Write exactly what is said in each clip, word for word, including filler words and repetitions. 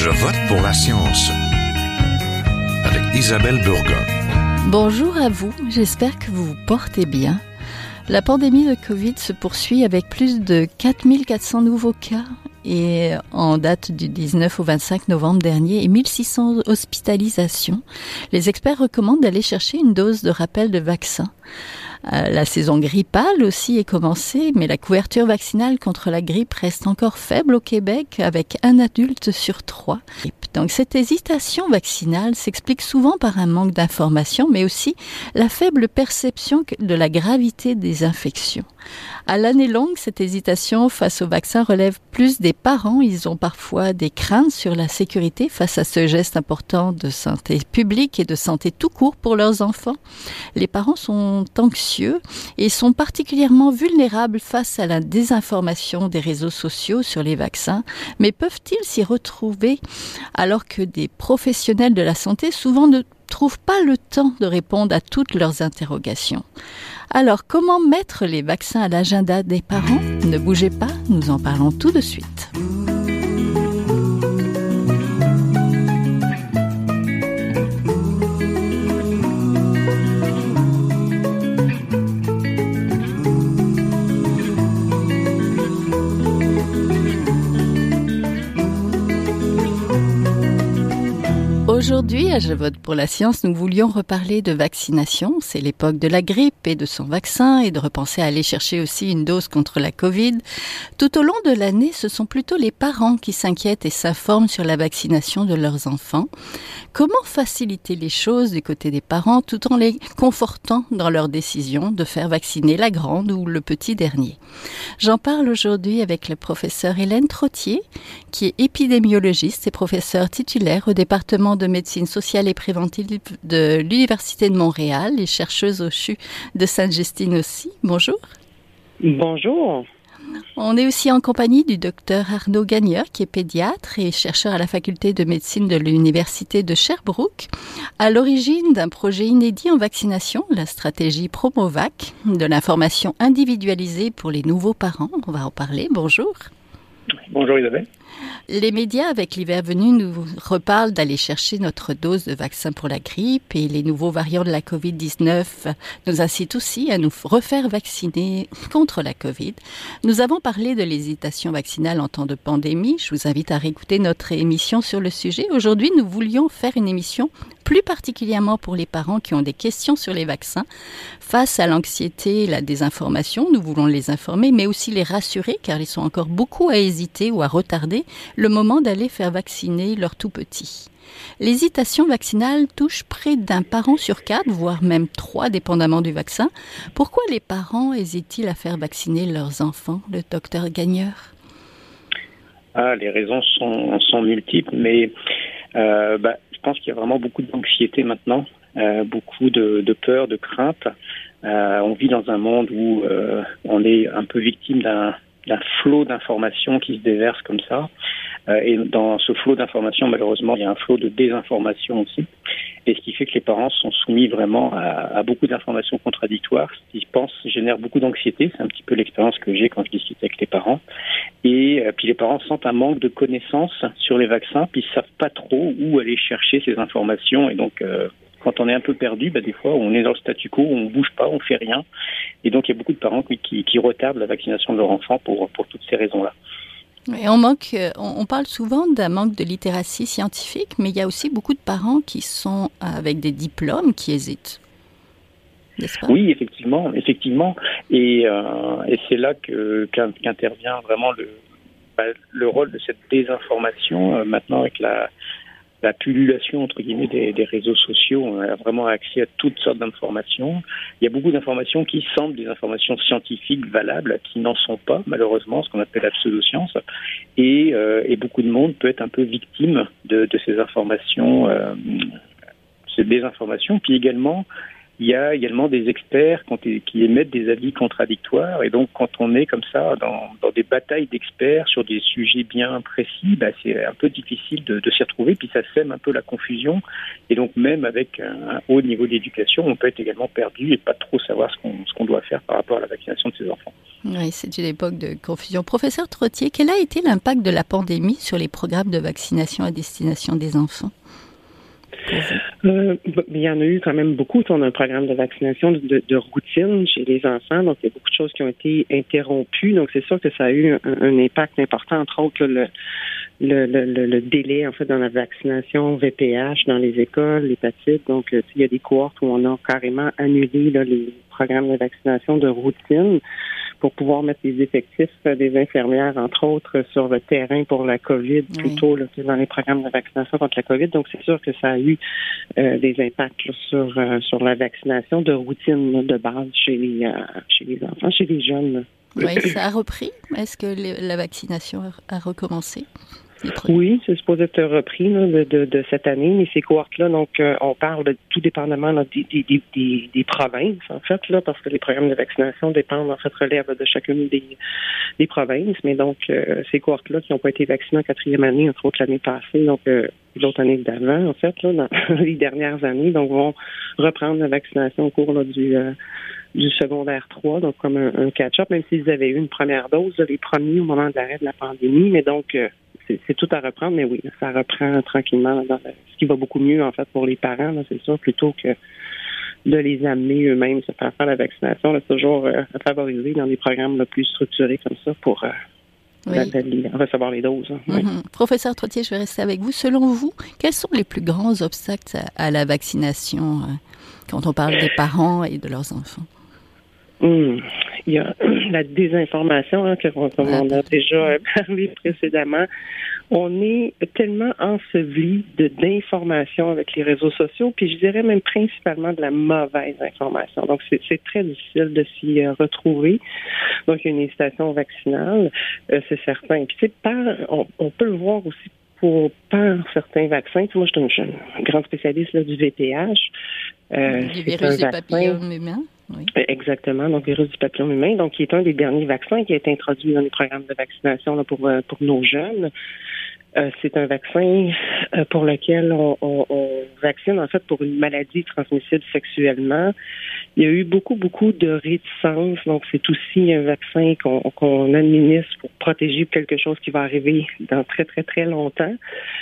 Je vote pour la science avec Isabelle Burgon. Bonjour à vous, j'espère que vous vous portez bien. La pandémie de Covid se poursuit avec plus de quatre mille quatre cents nouveaux cas et en date du dix-neuf au vingt-cinq novembre dernier et mille six cents hospitalisations. Les experts recommandent d'aller chercher une dose de rappel de vaccin. Euh, la saison grippale aussi est commencée, mais la couverture vaccinale contre la grippe reste encore faible au Québec, avec un adulte sur trois. Donc cette hésitation vaccinale s'explique souvent par un manque d'information, mais aussi la faible perception de la gravité des infections. À l'année longue, cette hésitation face au vaccin relève plus des parents. Ils ont parfois des craintes sur la sécurité face à ce geste important de santé publique et de santé tout court pour leurs enfants. Les parents sont anxieux et sont particulièrement vulnérables face à la désinformation des réseaux sociaux sur les vaccins. Mais peuvent-ils s'y retrouver alors que des professionnels de la santé souvent ne trouvent pas le temps de répondre à toutes leurs interrogations? Alors, comment mettre les vaccins à l'agenda des parents? Ne bougez pas, nous en parlons tout de suite. Aujourd'hui, à Je vote pour la science, nous voulions reparler de vaccination. C'est l'époque de la grippe et de son vaccin et de repenser à aller chercher aussi une dose contre la Covid. Tout au long de l'année, ce sont plutôt les parents qui s'inquiètent et s'informent sur la vaccination de leurs enfants. Comment faciliter les choses du côté des parents tout en les confortant dans leur décision de faire vacciner la grande ou le petit dernier? J'en parle aujourd'hui avec le professeur Hélène Trottier, qui est épidémiologiste et professeure titulaire au département de médecine sociale et préventive de l'Université de Montréal et chercheuse au C H U de Sainte-Justine aussi. Bonjour. Bonjour. On est aussi en compagnie du docteur Arnaud Gagneur, qui est pédiatre et chercheur à la faculté de médecine de l'Université de Sherbrooke, à l'origine d'un projet inédit en vaccination, la stratégie Promovac, de l'information individualisée pour les nouveaux parents. On va en parler. Bonjour. Bonjour Isabelle. Les médias, avec l'hiver venu, nous reparlent d'aller chercher notre dose de vaccin pour la grippe et les nouveaux variants de la covid dix-neuf nous incitent aussi à nous refaire vacciner contre la Covid. Nous avons parlé de l'hésitation vaccinale en temps de pandémie. Je vous invite à réécouter notre émission sur le sujet. Aujourd'hui, nous voulions faire une émission plus particulièrement pour les parents qui ont des questions sur les vaccins. Face à l'anxiété et la désinformation, nous voulons les informer, mais aussi les rassurer, car ils sont encore beaucoup à hésiter ou à retarder le moment d'aller faire vacciner leur tout petit. L'hésitation vaccinale touche près d'un parent sur quatre, voire même trois, dépendamment du vaccin. Pourquoi les parents hésitent-ils à faire vacciner leurs enfants, le docteur Gagneur? Ah, les raisons sont, sont multiples, mais euh, bah, je pense qu'il y a vraiment beaucoup d'anxiété maintenant, euh, beaucoup de, de peur, de crainte. Euh, on vit dans un monde où euh, on est un peu victime d'un d'un flot d'informations qui se déverse comme ça. Euh, et dans ce flot d'informations, malheureusement, il y a un flot de désinformation aussi. Et ce qui fait que les parents sont soumis vraiment à, à beaucoup d'informations contradictoires. Ce qu'ils pensent génère beaucoup d'anxiété. C'est un petit peu l'expérience que j'ai quand je discute avec les parents. Et euh, puis les parents sentent un manque de connaissances sur les vaccins, puis ils savent pas trop où aller chercher ces informations. Et donc, euh, quand on est un peu perdu, bah, des fois, on est dans le statu quo, on bouge pas, on fait rien. Et donc, il y a beaucoup de parents qui, qui, qui retardent la vaccination de leur enfant pour, pour toutes ces raisons-là. Et on, manque, on parle souvent d'un manque de littératie scientifique, mais il y a aussi beaucoup de parents qui sont avec des diplômes qui hésitent. N'est-ce pas? Oui, effectivement, effectivement. Et, euh, et c'est là que, qu'intervient vraiment le, bah, le rôle de cette désinformation. Euh, maintenant, avec la... la pullulation, entre guillemets, des, des réseaux sociaux, on a vraiment accès à toutes sortes d'informations. Il y a beaucoup d'informations qui semblent des informations scientifiques valables, qui n'en sont pas, malheureusement, ce qu'on appelle la pseudoscience. Et, euh, et beaucoup de monde peut être un peu victime de, de ces informations, euh, ces désinformations. Puis également, il y a également des experts qui émettent des avis contradictoires. Et donc, quand on est comme ça dans, dans des batailles d'experts sur des sujets bien précis, bah, c'est un peu difficile de, de s'y retrouver. Puis ça sème un peu la confusion. Et donc, même avec un, un haut niveau d'éducation, on peut être également perdu et pas trop savoir ce qu'on, ce qu'on doit faire par rapport à la vaccination de ses enfants. Oui, c'est une époque de confusion. Professeur Trottier, quel a été l'impact de la pandémie sur les programmes de vaccination à destination des enfants? Euh, il y en a eu quand même beaucoup. On a un programme de vaccination de, de routine chez les enfants, donc il y a beaucoup de choses qui ont été interrompues. Donc c'est sûr que ça a eu un, un impact important, entre autres le, le, le, le délai en fait dans la vaccination V P H dans les écoles, l'hépatite. Donc il y a des cohortes où on a carrément annulé là, les programmes de vaccination de routine pour pouvoir mettre les effectifs des infirmières, entre autres, sur le terrain pour la COVID, oui. plutôt là, dans les programmes de vaccination contre la COVID. Donc, c'est sûr que ça a eu euh, des impacts là, sur euh, sur la vaccination de routine là, de base chez les, euh, chez les enfants, chez les jeunes. Là. Oui, ça a repris. Est-ce que le, la vaccination a recommencé? Oui, c'est supposé être repris là, de, de, de cette année, mais ces cohortes-là, donc euh, on parle de, tout dépendamment là, des, des, des, des provinces, en fait, là, parce que les programmes de vaccination dépendent, en fait, relèvent de chacune des, des provinces, mais donc euh, ces cohortes-là qui n'ont pas été vaccinées en quatrième année, entre autres l'année passée, donc euh, l'autre année d'avant, en fait, là, dans les dernières années, donc vont reprendre la vaccination au cours là, du euh, du secondaire trois, donc comme un, un catch-up, même s'ils avaient eu une première dose, là, les premiers au moment de l'arrêt de la pandémie, mais donc euh, c'est, c'est tout à reprendre, mais oui, ça reprend tranquillement, là, dans le, ce qui va beaucoup mieux en fait pour les parents, là, c'est sûr, plutôt que de les amener eux-mêmes se faire faire la vaccination, là, c'est toujours euh, à favoriser dans des programmes là, plus structurés comme ça pour euh, oui. la, la, recevoir les doses. Hein, mm-hmm. Oui. Professeur Trottier, je vais rester avec vous. Selon vous, quels sont les plus grands obstacles à, à la vaccination euh, quand on parle des parents et de leurs enfants? Hum. Il y a la désinformation, hein, comme on a déjà parlé précédemment. On est tellement enseveli de, d'informations avec les réseaux sociaux, puis je dirais même principalement de la mauvaise information. Donc, c'est, c'est très difficile de s'y euh, retrouver. Donc, il y a une hésitation vaccinale, euh, c'est certain. Puis, tu sais, par, on, on peut le voir aussi pour par certains vaccins. Moi, je suis une, une grande spécialiste là, du V P H. Euh, du virus du papillome humain. Oui. Exactement, donc virus du papillome humain, donc qui est un des derniers vaccins qui a été introduit dans les programmes de vaccination là, pour pour nos jeunes. Euh, c'est un vaccin euh, pour lequel on, on, on vaccine en fait pour une maladie transmissible sexuellement. Il y a eu beaucoup beaucoup de réticences, donc c'est aussi un vaccin qu'on, qu'on administre pour protéger quelque chose qui va arriver dans très très très longtemps.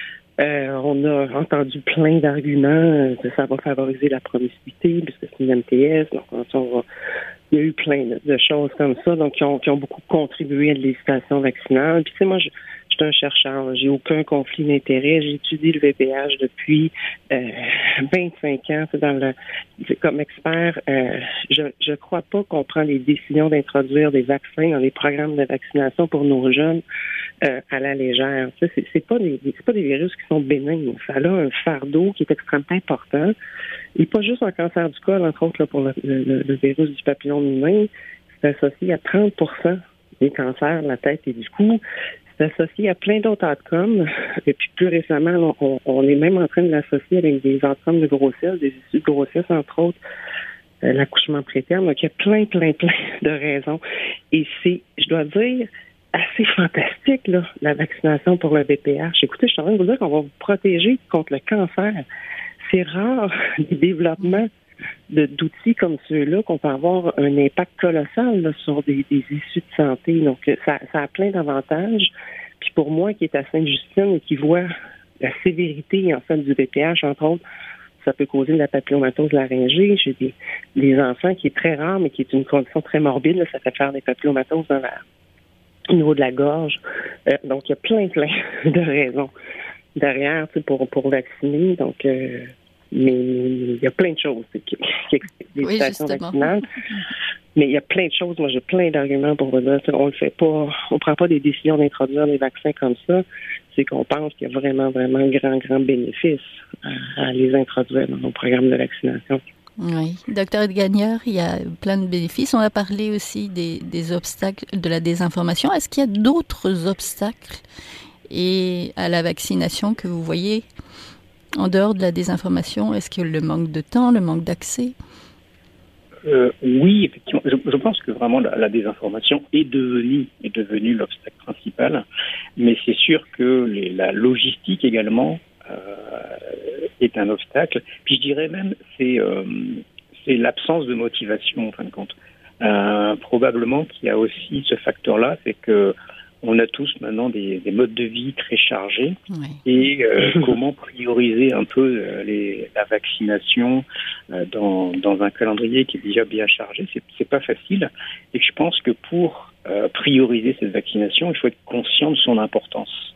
Euh, on a entendu plein d'arguments que ça va favoriser la promiscuité, puisque c'est une M T S. Donc, on va, il y a eu plein de, de choses comme ça, donc qui ont, qui ont beaucoup contribué à l'hésitation vaccinale. Puis, tu sais, moi, je, je suis un chercheur, j'ai aucun conflit d'intérêt. J'ai étudié le V P H depuis euh, vingt-cinq ans. C'est dans le, c'est comme expert, euh, je je crois pas qu'on prend les décisions d'introduire des vaccins dans les programmes de vaccination pour nos jeunes euh, à la légère. Tu sais, c'est, c'est pas des, c'est pas des virus qui sont bénignes. Ça a un fardeau qui est extrêmement important. Et pas juste un cancer du col, entre autres, là, pour le, le, le virus du papillome humain. C'est associé à trente pour cent des cancers de la tête et du cou. C'est associé à plein d'autres outcomes. Et puis plus récemment, on, on est même en train de l'associer avec des outcomes de grossesse, des issues de grossesse, entre autres, euh, l'accouchement préterme. Donc il y a plein, plein, plein de raisons. Et c'est, je dois dire, assez fantastique, là, la vaccination pour le V P H. Écoutez, je suis en train de vous dire qu'on va vous protéger contre le cancer. C'est rare, les développements de, d'outils comme ceux-là, qu'on peut avoir un impact colossal là, sur des, des issues de santé. Donc, ça, ça a plein d'avantages. Puis pour moi, qui est à Sainte-Justine et qui voit la sévérité, en fait, du V P H, entre autres, ça peut causer de la papillomatose laryngée chez des, des enfants, qui est très rare, mais qui est une condition très morbide. Là, ça fait faire des papillomatoses dans la, au niveau de la gorge. Euh, donc, il y a plein, plein de raisons derrière, tu sais, pour, pour vacciner. Donc, euh, mais il y a plein de choses qui, qui expliquent les oui, stations vaccinales. Mais il y a plein de choses. Moi, j'ai plein d'arguments pour vous dire. On le fait pas, on prend pas des décisions d'introduire des vaccins comme ça. C'est qu'on pense qu'il y a vraiment, vraiment grand, grand bénéfice à, à les introduire dans nos programmes de vaccination. Oui. Docteur Gagneur, il y a plein de bénéfices. On a parlé aussi des, des obstacles de la désinformation. Est-ce qu'il y a d'autres obstacles et à la vaccination que vous voyez en dehors de la désinformation? Est-ce que le manque de temps, le manque d'accès? euh, oui, effectivement. Je, je pense que vraiment la, la désinformation est devenue, est devenue l'obstacle principal. Mais c'est sûr que les, la logistique également euh, est un obstacle. Puis je dirais même, c'est, euh, c'est l'absence de motivation, en fin de compte. Euh, probablement qu'il y a aussi ce facteur-là, c'est que on a tous maintenant des, des modes de vie très chargés oui. et euh, comment prioriser un peu euh, les, la vaccination euh, dans, dans un calendrier qui est déjà bien chargé, c'est, c'est pas facile. Et que je pense que pour euh, prioriser cette vaccination, il faut être conscient de son importance.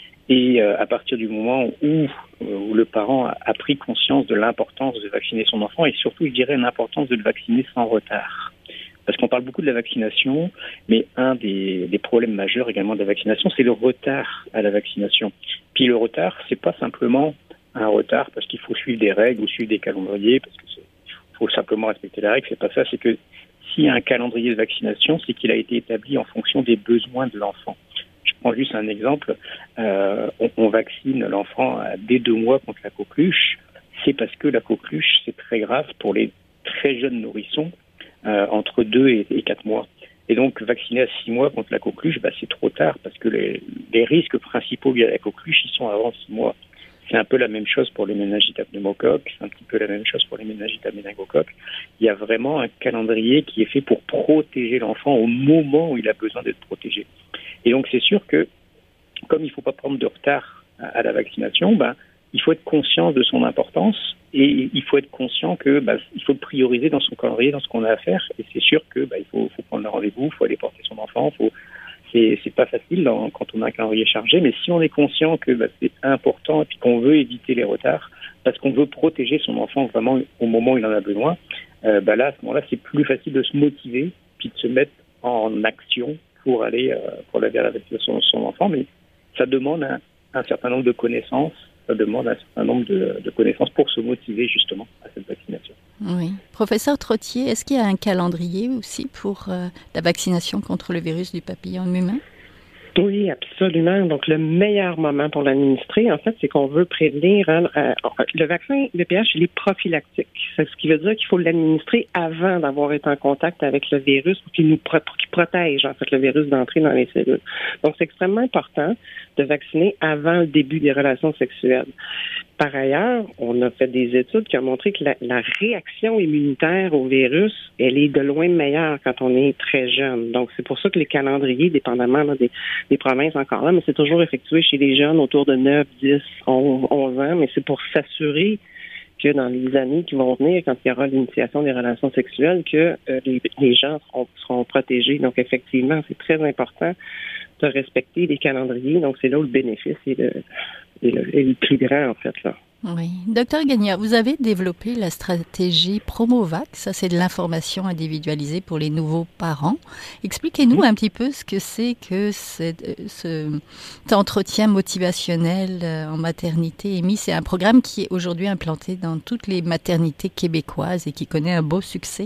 Et euh, à partir du moment où, où le parent a, a pris conscience de l'importance de vacciner son enfant et surtout, je dirais, l'importance de le vacciner sans retard. Parce qu'on parle beaucoup de la vaccination, mais un des, des problèmes majeurs également de la vaccination, c'est le retard à la vaccination. Puis le retard, c'est pas simplement un retard parce qu'il faut suivre des règles ou suivre des calendriers, parce que c'est, faut simplement respecter les règles. C'est pas ça. C'est que s'il y a un calendrier de vaccination, c'est qu'il a été établi en fonction des besoins de l'enfant. Je prends juste un exemple. Euh, on, on vaccine l'enfant à dès deux mois contre la coqueluche. C'est parce que la coqueluche, c'est très grave pour les très jeunes nourrissons. Euh, entre deux et, et quatre mois. Et donc, vacciner à six mois contre la coqueluche, bah, c'est trop tard parce que les, les risques principaux liés à la coqueluche, ils sont avant six mois. C'est un peu la même chose pour les méningites à pneumocoque, c'est un petit peu la même chose pour les méningites à méningocoque. Il y a vraiment un calendrier qui est fait pour protéger l'enfant au moment où il a besoin d'être protégé. Et donc, c'est sûr que, comme il ne faut pas prendre de retard à, à la vaccination, bah, il faut être conscient de son importance. Et il faut être conscient que bah, il faut le prioriser dans son calendrier, dans ce qu'on a à faire. Et c'est sûr que bah, il faut, faut prendre le rendez-vous, il faut aller porter son enfant. Faut, c'est, c'est pas facile dans, quand on a un calendrier chargé, mais si on est conscient que bah, c'est important et puis qu'on veut éviter les retards, parce qu'on veut protéger son enfant vraiment au moment où il en a besoin, euh, bah là à ce moment-là c'est plus facile de se motiver puis de se mettre en action pour aller euh, pour aller vers la vaccination de son enfant. Mais ça demande un, un certain nombre de connaissances. Ça demande un certain nombre de, de connaissances pour se motiver justement à cette vaccination. Oui. Professeur Trottier, est-ce qu'il y a un calendrier aussi pour euh, la vaccination contre le virus du papillome humain? Oui, absolument. Donc, le meilleur moment pour l'administrer, en fait, c'est qu'on veut prévenir. Hein, euh, le vaccin B P H, il est prophylactique. C'est ce qui veut dire qu'il faut l'administrer avant d'avoir été en contact avec le virus pour qu'il nous pour qu'il protège, en fait, le virus d'entrer dans les cellules. Donc, c'est extrêmement important de vacciner avant le début des relations sexuelles. Par ailleurs, on a fait des études qui ont montré que la, la réaction immunitaire au virus, elle est de loin meilleure quand on est très jeune. Donc, c'est pour ça que les calendriers, dépendamment là, des, des provinces encore là, mais c'est toujours effectué chez les jeunes autour de neuf, dix, onze, onze ans, mais c'est pour s'assurer que dans les années qui vont venir, quand il y aura l'initiation des relations sexuelles, que euh, les, les gens seront, seront protégés. Donc, effectivement, c'est très important de respecter les calendriers. Donc, c'est là où le bénéfice est le, est le, est le plus grand, en fait, là. Oui. Docteur Gagnon, vous avez développé la stratégie Promovac. Ça, c'est de l'information individualisée pour les nouveaux parents. Expliquez-nous mmh. un petit peu ce que c'est que c'est, ce, cet entretien motivationnel en maternité. Amy, c'est un programme qui est aujourd'hui implanté dans toutes les maternités québécoises et qui connaît un beau succès.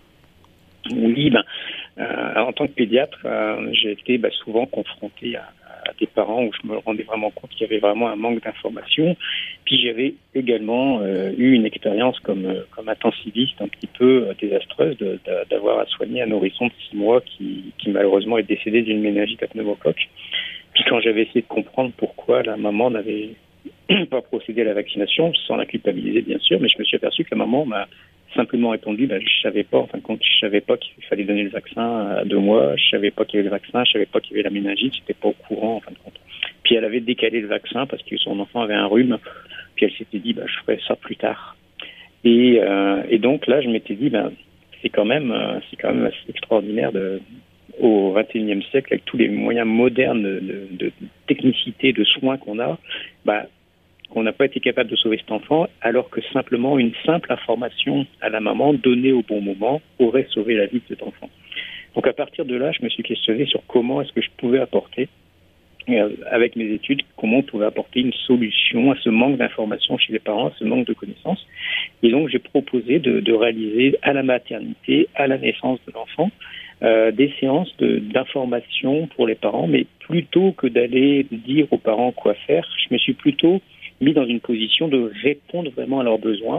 Oui, ben, euh, en tant que pédiatre, euh, j'ai été ben, souvent confronté à à des parents où je me rendais vraiment compte qu'il y avait vraiment un manque d'information. Puis j'avais également euh, eu une expérience comme, euh, comme intensiviste un petit peu euh, désastreuse de, de, d'avoir à soigner un nourrisson de six mois qui, qui malheureusement est décédé d'une méningite à pneumocoque. Puis quand j'avais essayé de comprendre pourquoi la maman n'avait pas procédé à la vaccination, sans la culpabiliser bien sûr, mais je me suis aperçu que la maman m'a simplement répondu, ben, je savais pas, en fin de compte, je savais pas qu'il fallait donner le vaccin à deux mois, je savais pas qu'il y avait le vaccin, je savais pas qu'il y avait la méningite, j'étais pas au courant, en fin de compte. Puis elle avait décalé le vaccin parce que son enfant avait un rhume, puis elle s'était dit, ben, je ferai ça plus tard. Et, euh, et donc là, je m'étais dit, ben, c'est quand même, euh, c'est quand même assez extraordinaire de, au vingt et unième siècle, avec tous les moyens modernes de, de, de technicité, de soins qu'on a, ben, qu'on n'a pas été capable de sauver cet enfant, alors que simplement une simple information à la maman donnée au bon moment aurait sauvé la vie de cet enfant. Donc à partir de là, je me suis questionné sur comment est-ce que je pouvais apporter, euh, avec mes études, comment on pouvait apporter une solution à ce manque d'information chez les parents, à ce manque de connaissances. Et donc j'ai proposé de, de réaliser à la maternité, à la naissance de l'enfant, euh, des séances de, d'information pour les parents, mais plutôt que d'aller dire aux parents quoi faire, je me suis plutôt mis dans une position de répondre vraiment à leurs besoins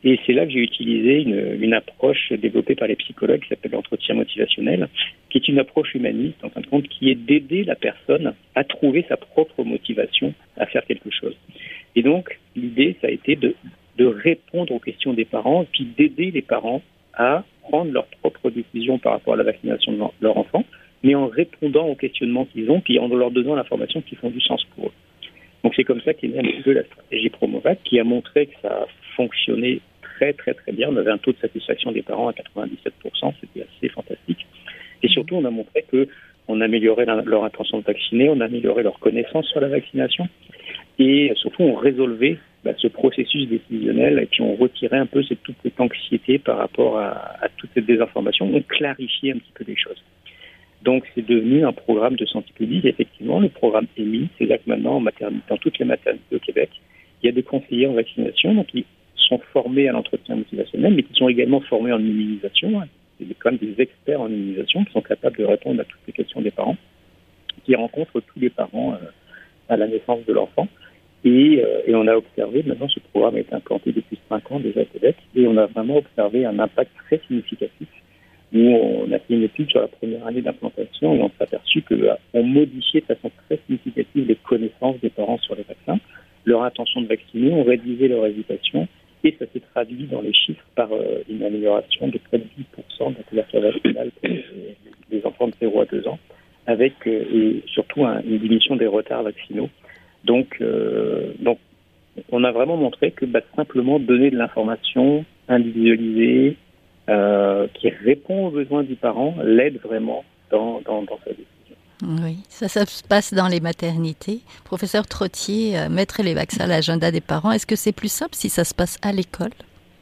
Et c'est là que j'ai utilisé une, une approche développée par les psychologues qui s'appelle l'entretien motivationnel, qui est une approche humaniste, en fin de compte, qui est d'aider la personne à trouver sa propre motivation à faire quelque chose. Et donc, l'idée, ça a été de, de répondre aux questions des parents, puis d'aider les parents à prendre leurs propres décisions par rapport à la vaccination de leur enfant, mais en répondant aux questionnements qu'ils ont, puis en leur donnant l'information qui font du sens pour eux. Donc c'est comme ça qu'est née un petit peu la stratégie Promovac, qui a montré que ça fonctionnait très très très bien. On avait un taux de satisfaction des parents à quatre-vingt-dix-sept pour cent, c'était assez fantastique. Et surtout, on a montré que on améliorait la, leur intention de vacciner, on améliorait leur connaissance sur la vaccination, et surtout on résolvait bah, ce processus décisionnel, et puis on retirait un peu cette, toute cette anxiété par rapport à, à toute cette désinformation, on clarifiait un petit peu les choses. Donc c'est devenu un programme de santé publique. Effectivement, le programme E M I, c'est là que maintenant, en maternité, dans toutes les maternités au Québec, il y a des conseillers en vaccination, donc ils sont formés à l'entretien motivationnel, mais qui sont également formés en immunisation. C'est quand même des experts en immunisation qui sont capables de répondre à toutes les questions des parents, qui rencontrent tous les parents euh, à la naissance de l'enfant. Et, euh, et on a observé, maintenant ce programme a été implanté depuis cinq ans déjà au Québec, et on a vraiment observé un impact très significatif. Nous, on a fait une étude sur la première année d'implantation et on s'est aperçu qu'on modifiait de façon très significative les connaissances des parents sur les vaccins, leur intention de vacciner, on réduisait leur hésitation et ça s'est traduit dans les chiffres par euh, une amélioration de près de dix pour cent de la couverture vaccinale pour les, les enfants de zéro à deux ans, avec euh, et surtout un, une diminution des retards vaccinaux. Donc, euh, donc, on a vraiment montré que bah, simplement donner de l'information individualisée, Euh, qui répond aux besoins du parent, l'aide vraiment dans, dans, dans sa décision. Oui, ça, ça se passe dans les maternités. Professeur Trottier, euh, mettre les vaccins à l'agenda des parents, est-ce que c'est plus simple si ça se passe à l'école?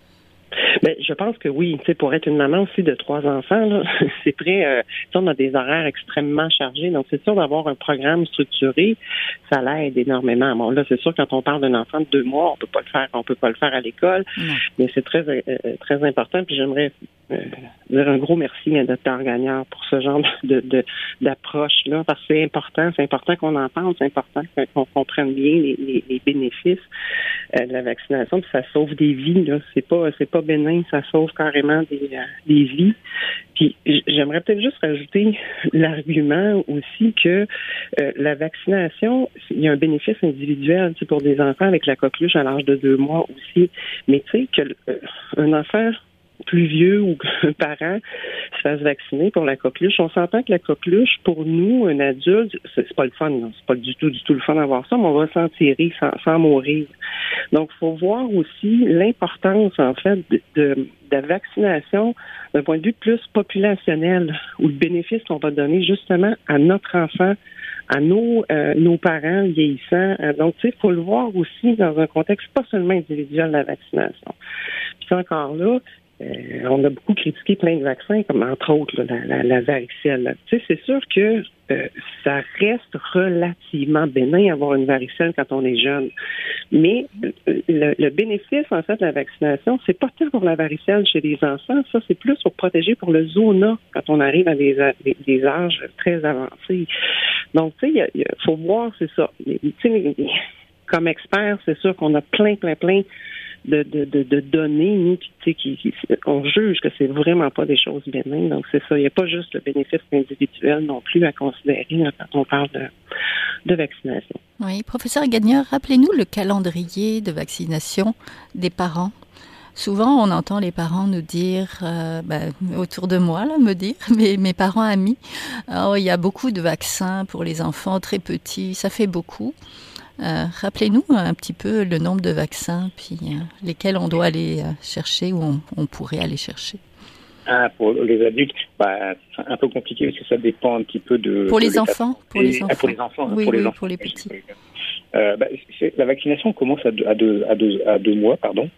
Ben, je pense que oui. Tu sais, pour être une maman aussi de trois enfants, là, c'est très. Euh, on a des horaires extrêmement chargés, donc c'est sûr d'avoir un programme structuré, ça l'aide énormément. Bon, là, c'est sûr quand on parle d'un enfant de deux mois, on peut pas le faire, on peut pas le faire à l'école, non. Mais c'est très euh, très important. Puis j'aimerais euh, dire un gros merci à Dr Gagnon pour ce genre de, de d'approche là, parce que c'est important, c'est important qu'on en parle, c'est important qu'on comprenne bien les, les, les bénéfices euh, de la vaccination. Puis ça sauve des vies là, c'est pas c'est pas bénin, ça sauve carrément des, euh, des vies. Puis j'aimerais peut-être juste rajouter l'argument aussi que euh, la vaccination, il y a un bénéfice individuel pour des enfants avec la coqueluche à l'âge de deux mois aussi. Mais tu sais que euh, un enfant plus vieux ou qu'un parent se fasse vacciner pour la coqueluche, on s'entend que la coqueluche, pour nous, un adulte, c'est, c'est pas le fun, non. C'est pas du tout, du tout le fun d'avoir ça, mais on va s'en tirer sans, sans mourir. Donc, il faut voir aussi l'importance, en fait, de, de, de la vaccination d'un point de vue plus populationnel, ou le bénéfice qu'on va donner justement à notre enfant, à nos, euh, nos parents vieillissants. Donc, tu sais, il faut le voir aussi dans un contexte pas seulement individuel de la vaccination. Puis encore là, Euh, on a beaucoup critiqué plein de vaccins, comme entre autres là, la, la, la varicelle. Tu sais, c'est sûr que euh, ça reste relativement bénin avoir une varicelle quand on est jeune. Mais le, le bénéfice, en fait, de la vaccination, c'est pas tant pour la varicelle chez les enfants, ça, c'est plus pour protéger pour le zona quand on arrive à des, des, des âges très avancés. Donc, tu sais, il faut voir, c'est ça. Tu sais, comme expert, c'est sûr qu'on a plein, plein, plein De, de, de, de données, nous, qui, qui, qui, on juge que c'est vraiment pas des choses bénines. Donc, c'est ça. Il n'y a pas juste le bénéfice individuel non plus à considérer là, quand on parle de, de vaccination. Oui, professeur Gagnon, rappelez-nous le calendrier de vaccination des parents. Souvent, on entend les parents nous dire, euh, ben, autour de moi, là, me dire, mes, mes parents amis, oh, il y a beaucoup de vaccins pour les enfants très petits, ça fait beaucoup. Euh, rappelez-nous un petit peu le nombre de vaccins, puis euh, lesquels on doit aller euh, chercher ou on, on pourrait aller chercher. Ah, pour les adultes, bah, c'est un peu compliqué parce que ça dépend un petit peu de... Pour de les enfants pour les enfants. Ah, pour les enfants, oui, pour les oui, enfants. pour les petits. Euh, bah, c'est, la vaccination commence à deux, à, deux, à, deux, à deux mois, pardon.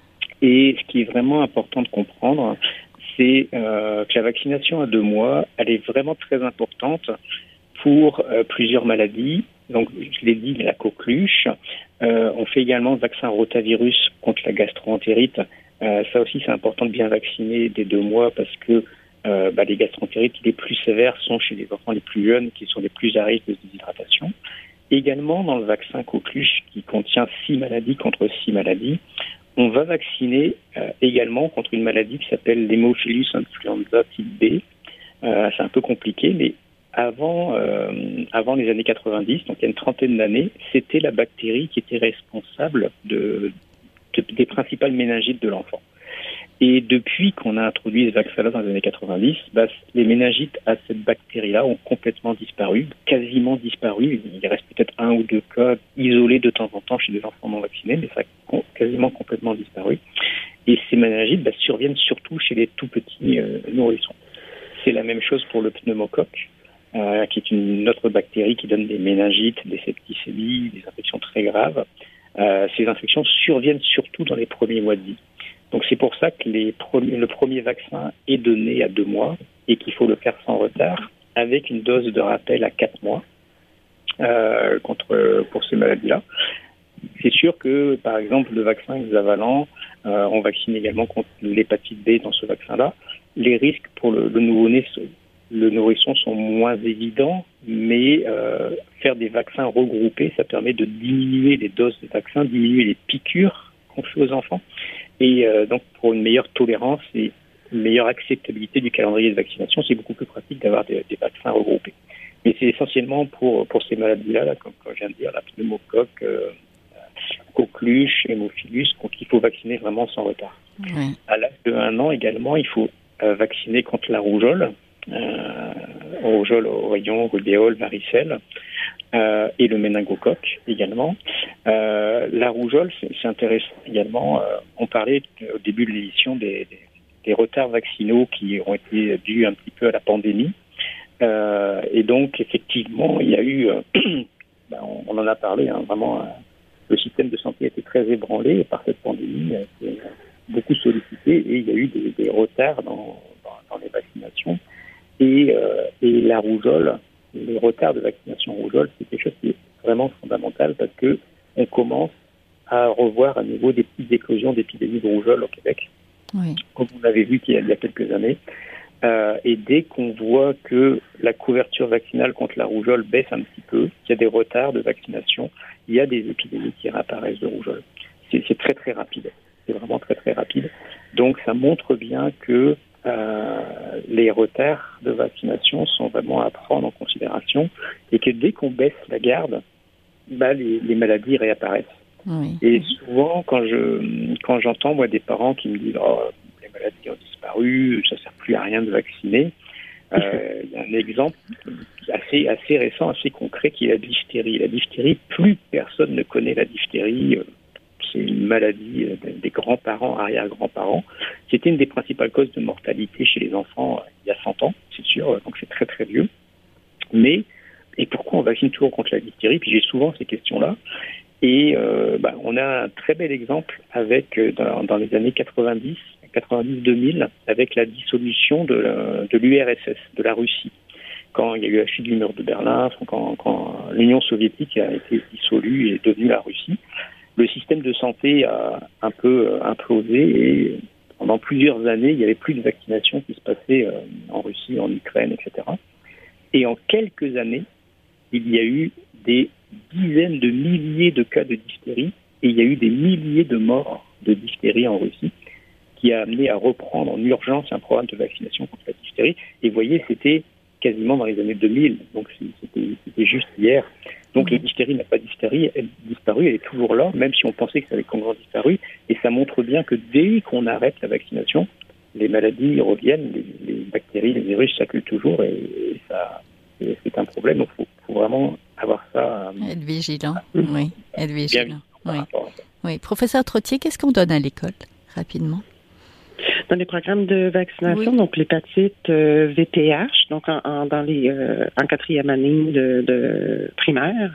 Et ce qui est vraiment important de comprendre, c'est euh, que la vaccination à deux mois, elle est vraiment très importante pour euh, plusieurs maladies. Donc, je l'ai dit, la coqueluche. Euh, on fait également le vaccin rotavirus contre la gastro-entérite. Euh, ça aussi, c'est important de bien vacciner dès deux mois parce que euh, bah, les gastro-entérites les plus sévères sont chez les enfants les plus jeunes qui sont les plus à risque de déshydratation. Également, dans le vaccin coqueluche qui contient six maladies contre six maladies, on va vacciner euh, également contre une maladie qui s'appelle l'Haemophilus influenza type B. Euh, c'est un peu compliqué, mais avant, euh, avant les années quatre-vingt-dix, donc il y a une trentaine d'années, c'était la bactérie qui était responsable de, de, des principales méningites de l'enfant. Et depuis qu'on a introduit ce vaccin-là dans les années quatre-vingt-dix, bah, les méningites à cette bactérie-là ont complètement disparu, quasiment disparu. Il reste peut-être un ou deux cas isolés de temps en temps chez des enfants non vaccinés, mais ça a quasiment complètement disparu. Et ces méningites bah, surviennent surtout chez les tout petits euh, nourrissons. C'est la même chose pour le pneumocoque, euh, qui est une autre bactérie qui donne des méningites, des septicémies, des infections très graves. Euh, ces infections surviennent surtout dans les premiers mois de vie. Donc c'est pour ça que les premiers, le premier vaccin est donné à deux mois et qu'il faut le faire sans retard, avec une dose de rappel à quatre mois euh, contre pour ces maladies-là. C'est sûr que, par exemple, le vaccin hexavalent, euh, on vaccine également contre l'hépatite B dans ce vaccin-là. Les risques pour le, le nouveau-né, le nourrisson sont moins évidents, mais euh, faire des vaccins regroupés, ça permet de diminuer les doses de vaccins, diminuer les piqûres qu'on fait aux enfants. Et euh, donc, pour une meilleure tolérance et une meilleure acceptabilité du calendrier de vaccination, c'est beaucoup plus pratique d'avoir des, des vaccins regroupés. Mais c'est essentiellement pour, pour ces maladies-là, là, comme, comme je viens de dire, la pneumocoque, euh, coqueluche, hémophilus, qu'il faut vacciner vraiment sans retard. Oui. À l'âge de un an également, il faut euh, vacciner contre la rougeole, euh, rougeole, oreillon, rubéole, varicelle. Euh, et le méningocoque également. Euh, la rougeole, c'est, c'est intéressant également. Euh, on parlait au début de l'émission des, des, des retards vaccinaux qui ont été dus un petit peu à la pandémie. Euh, et donc, effectivement, il y a eu, euh, ben, on, on en a parlé, hein, vraiment, euh, le système de santé a été très ébranlé par cette pandémie, a été beaucoup sollicité et il y a eu des, des retards dans, dans, dans les vaccinations. Et, euh, et la rougeole, les retards de vaccination rougeole, c'est quelque chose qui est vraiment fondamental parce que on commence à revoir à nouveau des petites éclosions d'épidémies de rougeole au Québec, Oui. comme on l'avait vu il y a, il y a quelques années. Euh, et dès qu'on voit que la couverture vaccinale contre la rougeole baisse un petit peu, qu'il y a des retards de vaccination, il y a des épidémies qui réapparaissent de rougeole. C'est, c'est très très rapide. C'est vraiment très très rapide. Donc ça montre bien que Euh, les retards de vaccination sont vraiment à prendre en considération et que dès qu'on baisse la garde, bah, les, les maladies réapparaissent. Oui. Et souvent, quand je quand j'entends moi des parents qui me disent oh, les maladies ont disparu, ça sert plus à rien de vacciner, euh, il y a un exemple assez assez récent, assez concret qui est la diphtérie. La diphtérie, plus personne ne connaît la diphtérie. C'est une maladie des grands-parents, arrière-grands-parents. C'était une des principales causes de mortalité chez les enfants il y a cent ans, c'est sûr, donc c'est très très vieux. Mais, et pourquoi on vaccine toujours contre la diphtérie? Puis j'ai souvent ces questions-là. Et euh, bah, on a un très bel exemple avec, dans, dans les années quatre-vingt-dix, quatre-vingt-dix deux mille, avec la dissolution de, la, de l'U R S S, de la Russie. Quand il y a eu la chute du mur de Berlin, quand, quand l'Union soviétique a été dissolue et est devenue la Russie, le système de santé a un peu implosé et pendant plusieurs années, il n'y avait plus de vaccination qui se passait en Russie, en Ukraine, et cetera. Et en quelques années, il y a eu des dizaines de milliers de cas de diphtérie et il y a eu des milliers de morts de diphtérie en Russie qui a amené à reprendre en urgence un programme de vaccination contre la diphtérie. Et vous voyez, c'était quasiment dans les années deux mille, donc c'était, c'était juste hier. Donc la diphtérie n'a pas disparu, elle, disparu, elle est toujours là, même si on pensait que ça avait complètement disparu. Et ça montre bien que dès qu'on arrête la vaccination, les maladies reviennent, les, les bactéries, les virus circulent toujours et, et ça, et c'est un problème. Donc il faut, faut vraiment avoir ça. Euh, être vigilant, oui, être vigilant. Oui. Ça. Oui. Professeur Trottier, qu'est-ce qu'on donne à l'école, rapidement? Dans les programmes de vaccination, oui. donc l'hépatite euh, V P H, donc en, en dans les euh, en quatrième année de, de primaire.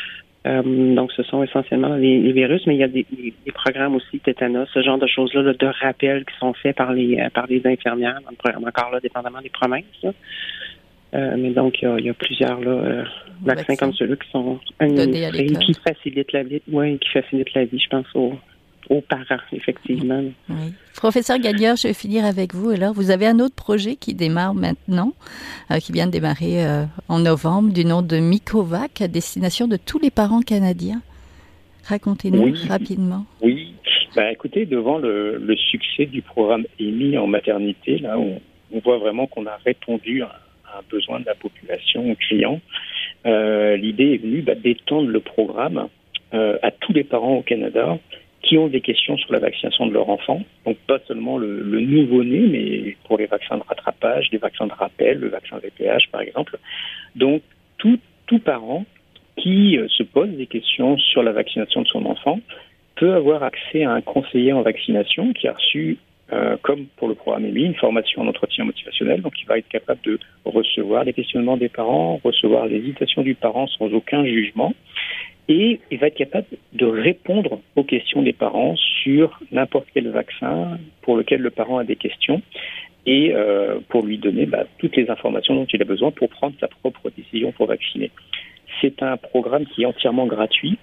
Euh, donc ce sont essentiellement les, les virus, mais il y a des, des, des programmes aussi tétanos, ce genre de choses-là là, de rappel qui sont faits par les par les infirmières dans le programme, encore là, dépendamment des provinces. Là. Euh, mais donc il y a, il y a plusieurs là, euh, vaccins vaccin. comme ceux-là qui sont administrés, qui facilitent la vie, oui, qui facilitent la vie, je pense aux aux parents, effectivement. Oui. Professeur Gagnon, je vais finir avec vous. Alors, vous avez un autre projet qui démarre maintenant, euh, qui vient de démarrer euh, en novembre, du nom de Mycovac, à destination de tous les parents canadiens. Racontez-nous oui. rapidement. Oui. Ben, écoutez, devant le, le succès du programme E M I en maternité, là, on, on voit vraiment qu'on a répondu à, à un besoin de la population client. Euh, l'idée est venue bah, d'étendre le programme euh, à tous les parents au Canada qui ont des questions sur la vaccination de leur enfant. Donc pas seulement le, le nouveau-né, mais pour les vaccins de rattrapage, les vaccins de rappel, le vaccin V P H par exemple. Donc tout, tout parent qui euh, se pose des questions sur la vaccination de son enfant peut avoir accès à un conseiller en vaccination qui a reçu, euh, comme pour le programme E M I, une formation en entretien motivationnel. Donc il va être capable de recevoir les questionnements des parents, recevoir l'hésitation du parent sans aucun jugement. Et il va être capable de répondre aux questions des parents sur n'importe quel vaccin pour lequel le parent a des questions et euh, pour lui donner bah, toutes les informations dont il a besoin pour prendre sa propre décision pour vacciner. C'est un programme qui est entièrement gratuit.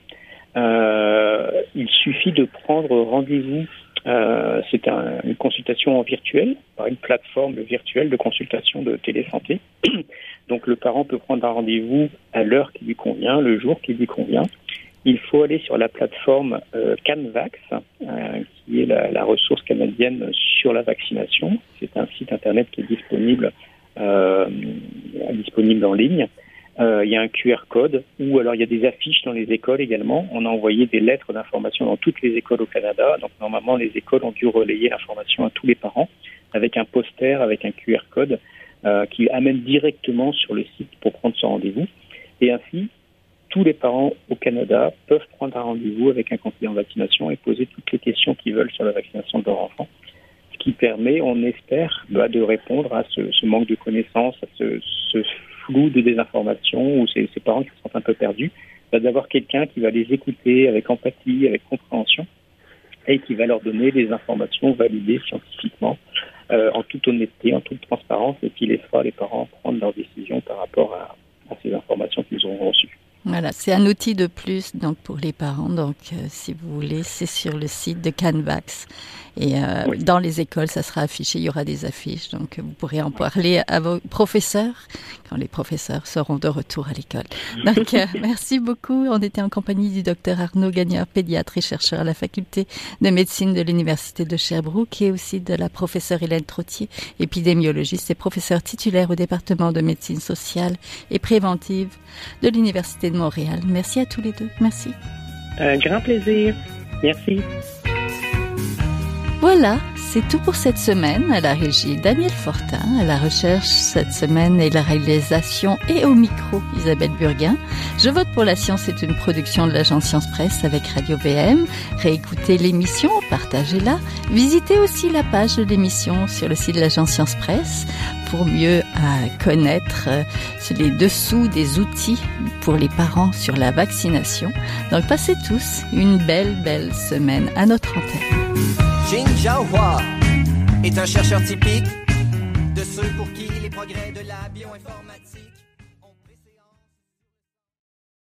Euh, il suffit de prendre rendez-vous. Euh, c'est un, une consultation en virtuel par une plateforme virtuelle de consultation de télésanté. Donc le parent peut prendre un rendez-vous à l'heure qui lui convient, le jour qui lui convient. Il faut aller sur la plateforme euh, Canvax, euh, qui est la, la ressource canadienne sur la vaccination. C'est un site internet qui est disponible, euh, disponible en ligne. Euh, il y a un Q R code, ou alors il y a des affiches dans les écoles également. On a envoyé des lettres d'information dans toutes les écoles au Canada. Donc normalement, les écoles ont dû relayer l'information à tous les parents avec un poster, avec un Q R code euh, qui amène directement sur le site pour prendre son rendez-vous. Et ainsi, tous les parents au Canada peuvent prendre un rendez-vous avec un conseiller en vaccination et poser toutes les questions qu'ils veulent sur la vaccination de leur enfant. Ce qui permet, on espère, bah, de répondre à ce, ce manque de connaissances, à ce, ce flou de désinformation ou ces, ces parents qui se sentent un peu perdus, bah, d'avoir quelqu'un qui va les écouter avec empathie, avec compréhension et qui va leur donner des informations validées scientifiquement, euh, en toute honnêteté, en toute transparence, et qui laissera les parents prendre leurs décisions par rapport à, à ces informations qu'ils auront reçues. Voilà, c'est un outil de plus donc pour les parents. Donc, euh, si vous voulez, c'est sur le site de Canvax. Et euh, oui. Dans les écoles, ça sera affiché, il y aura des affiches. Donc, vous pourrez en parler à vos professeurs quand les professeurs seront de retour à l'école. Donc, euh, merci beaucoup. On était en compagnie du docteur Arnaud Gagnard, pédiatre et chercheur à la faculté de médecine de l'Université de Sherbrooke, et aussi de la professeure Hélène Trottier, épidémiologiste et professeure titulaire au département de médecine sociale et préventive de l'Université de Montréal. Merci à tous les deux. Merci. Un grand plaisir. Merci. Voilà, c'est tout pour cette semaine. À la régie, Daniel Fortin. À la recherche cette semaine et la réalisation, et au micro, Isabelle Burguin. Je vote pour la science est une production de l'agence Science Presse avec Radio V M. Réécoutez l'émission, partagez-la. Visitez aussi la page de l'émission sur le site de l'agence Science Presse pour mieux euh, connaître euh, les dessous des outils pour les parents sur la vaccination. Donc passez tous une belle, belle semaine à notre antenne. Jin Jiahua est un chercheur typique de ceux pour qui les progrès de